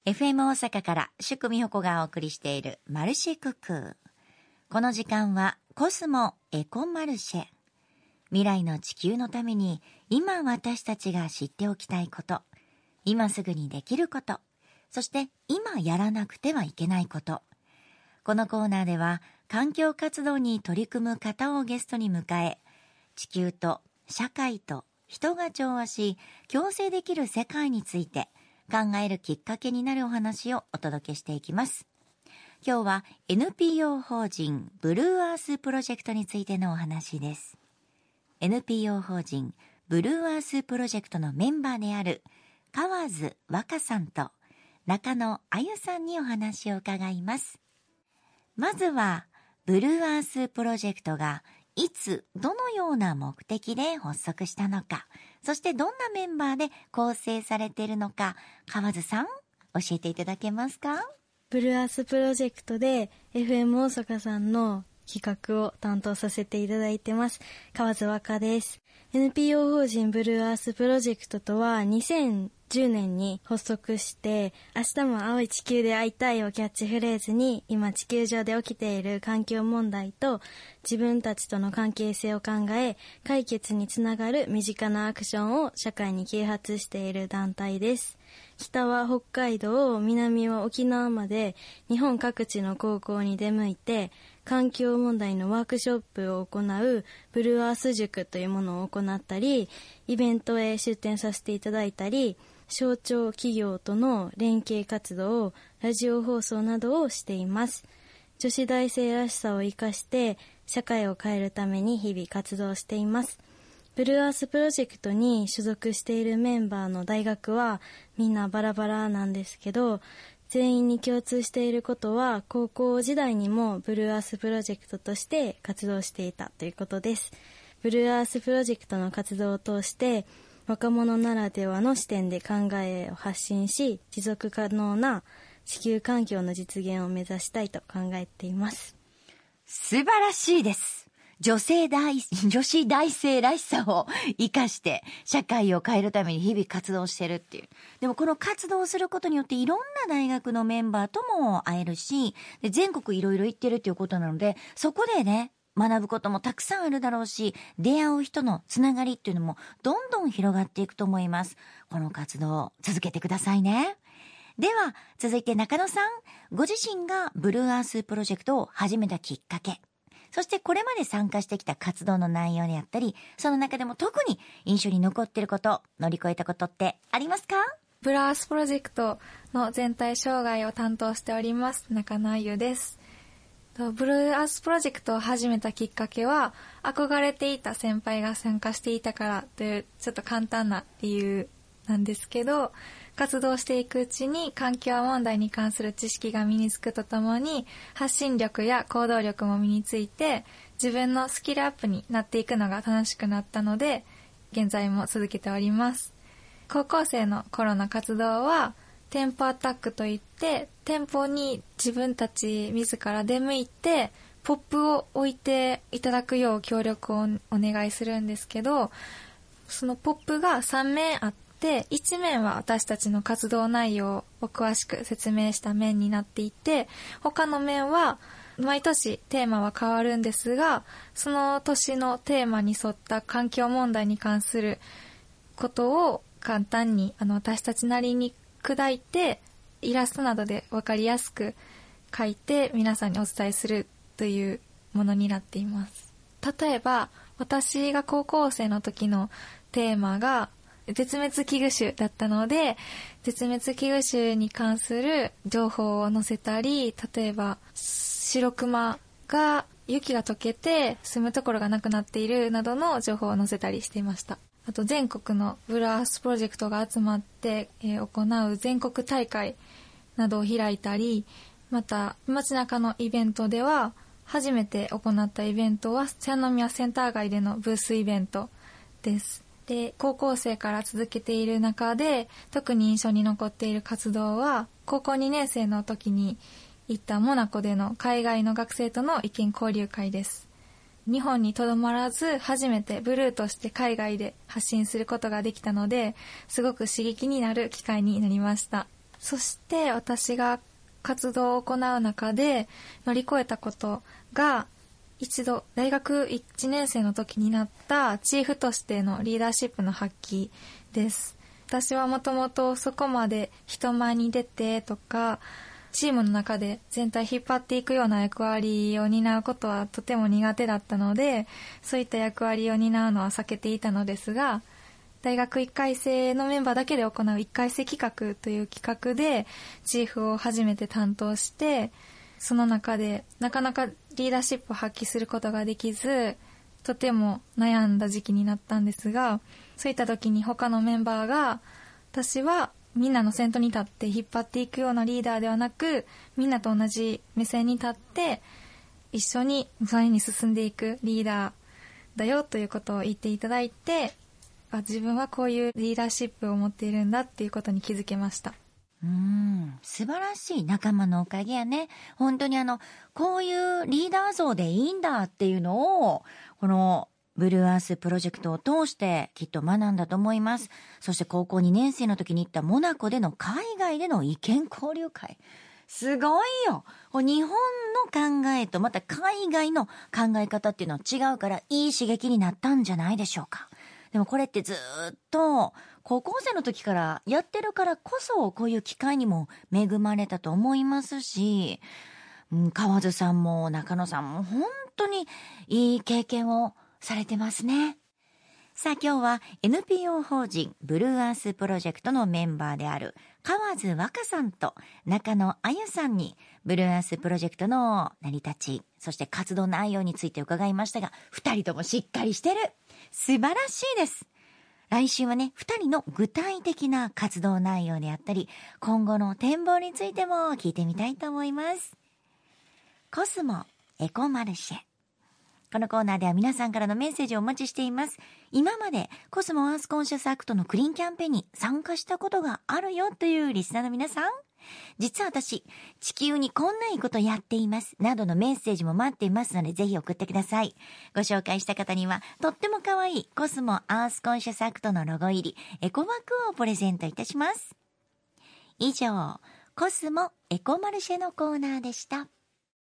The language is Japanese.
FM 大阪から宿美穂子がお送りしているマルシェククー。この時間はコスモエコマルシェ。未来の地球のために今私たちが知っておきたいこと、今すぐにできること、そして今やらなくてはいけないこと。このコーナーでは環境活動に取り組む方をゲストに迎え、地球と社会と人が調和し共生できる世界について考えるきっかけになるお話をお届けしていきます。今日は NPO 法人ブルーアースプロジェクトについてのお話です。 NPO 法人ブルーアースプロジェクトのメンバーである河津和香さんと中野あゆさんにお話を伺います。まずはブルーアースプロジェクトがいつどのような目的で発足したのか、そしてどんなメンバーで構成されているのか、河津さん教えていただけますか？ ブルーアースプロジェクトで FM 大阪さんの企画を担当させていただいてます河津和香です。 NPO 法人ブルーアースプロジェクトとは2010年に発足して、明日も青い地球で会いたいをキャッチフレーズに、今地球上で起きている環境問題と自分たちとの関係性を考え、解決につながる身近なアクションを社会に啓発している団体です。北は北海道、南は沖縄まで日本各地の高校に出向いて環境問題のワークショップを行うブルーアース塾というものを行ったり、イベントへ出展させていただいたり、省庁企業との連携活動、ラジオ放送などをしています。女子大生らしさを生かして社会を変えるために日々活動しています。ブルーアースプロジェクトに所属しているメンバーの大学はみんなバラバラなんですけど、全員に共通していることは、高校時代にもブルーアースプロジェクトとして活動していたということです。ブルーアースプロジェクトの活動を通して若者ならではの視点で考えを発信し、持続可能な地球環境の実現を目指したいと考えています。 素晴らしいです。女子大生らしさを生かして社会を変えるために日々活動してるっていう。でもこの活動をすることによっていろんな大学のメンバーとも会えるし、で全国いろいろ行ってるっていうことなので、そこでね、学ぶこともたくさんあるだろうし、出会う人のつながりっていうのもどんどん広がっていくと思います。この活動を続けてくださいね。では続いて中野さん、ご自身がブルーアースプロジェクトを始めたきっかけ、そしてこれまで参加してきた活動の内容であったり、その中でも特に印象に残っていること、乗り越えたことってありますか？ ブルーアースプロジェクトの全体障害を担当しております中野あゆです。ブルーアースプロジェクトを始めたきっかけは、憧れていた先輩が参加していたからというちょっと簡単な理由なんですけど、活動していくうちに環境問題に関する知識が身につくとともに、発信力や行動力も身について自分のスキルアップになっていくのが楽しくなったので、現在も続けております。高校生の頃の活動は店舗アタックといって、店舗に自分たち自ら出向いてポップを置いていただくよう協力をお願いするんですけど、そのポップが3面あって、1面は私たちの活動内容を詳しく説明した面になっていて、他の面は毎年テーマは変わるんですが、その年のテーマに沿った環境問題に関することを簡単に私たちなりに砕いてイラストなどで分かりやすく書いて皆さんにお伝えするというものになっています。例えば私が高校生の時のテーマが絶滅危惧種だったので、絶滅危惧種に関する情報を載せたり、例えば白クマが雪が溶けて住むところがなくなっているなどの情報を載せたりしていました。あと全国のブルーアースプロジェクトが集まって、行う全国大会などを開いたり、また街中のイベントでは初めて行ったイベントは三宮センター街でのブースイベントです。で、高校生から続けている中で特に印象に残っている活動は、高校2年生の時に行ったモナコでの海外の学生との意見交流会です。日本にとどまらず初めてブルーとして海外で発信することができたので、すごく刺激になる機会になりました。 そして私が活動を行う中で乗り越えたことが、一度大学1年生の時になったチーフとしてのリーダーシップの発揮です。私はもともとそこまで人前に出てとか、チームの中で全体引っ張っていくような役割を担うことはとても苦手だったので、そういった役割を担うのは避けていたのですが、大学1回生のメンバーだけで行う1回生企画という企画でチーフを初めて担当して、その中でなかなかリーダーシップを発揮することができず、とても悩んだ時期になったんですが、そういった時に他のメンバーが、私はみんなの先頭に立って引っ張っていくようなリーダーではなく、みんなと同じ目線に立って一緒に前に進んでいくリーダーだよということを言っていただいて、自分はこういうリーダーシップを持っているんだっていうことに気づけました。 素晴らしい仲間のおかげやね。本当にこういうリーダー像でいいんだっていうのを、このブルーアースプロジェクトを通してきっと学んだと思います。そして高校2年生の時に行ったモナコでの海外での意見交流会。すごいよ。日本の考えとまた海外の考え方っていうのは違うから、いい刺激になったんじゃないでしょうか。でもこれってずっと高校生の時からやってるからこそ、こういう機会にも恵まれたと思いますし、河津さんも中野さんも本当にいい経験をされてますね。さあ今日は NPO 法人ブルーアースプロジェクトのメンバーである河津和香さんと中野あゆさんにブルーアースプロジェクトの成り立ち、そして活動内容について伺いましたが、2人ともしっかりしてる。素晴らしいです。来週はね、2人の具体的な活動内容であったり、今後の展望についても聞いてみたいと思います。コスモエコマルシェ。このコーナーでは皆さんからのメッセージをお待ちしています。今までコスモアースコンシャスアクトのクリーンキャンペーンに参加したことがあるよというリスナーの皆さん、実は私、地球にこんないいことやっていますなどのメッセージも待っていますので、ぜひ送ってください。ご紹介した方にはとっても可愛いコスモアースコンシャスアクトのロゴ入りエコバッグをプレゼントいたします。以上、コスモエコマルシェのコーナーでした。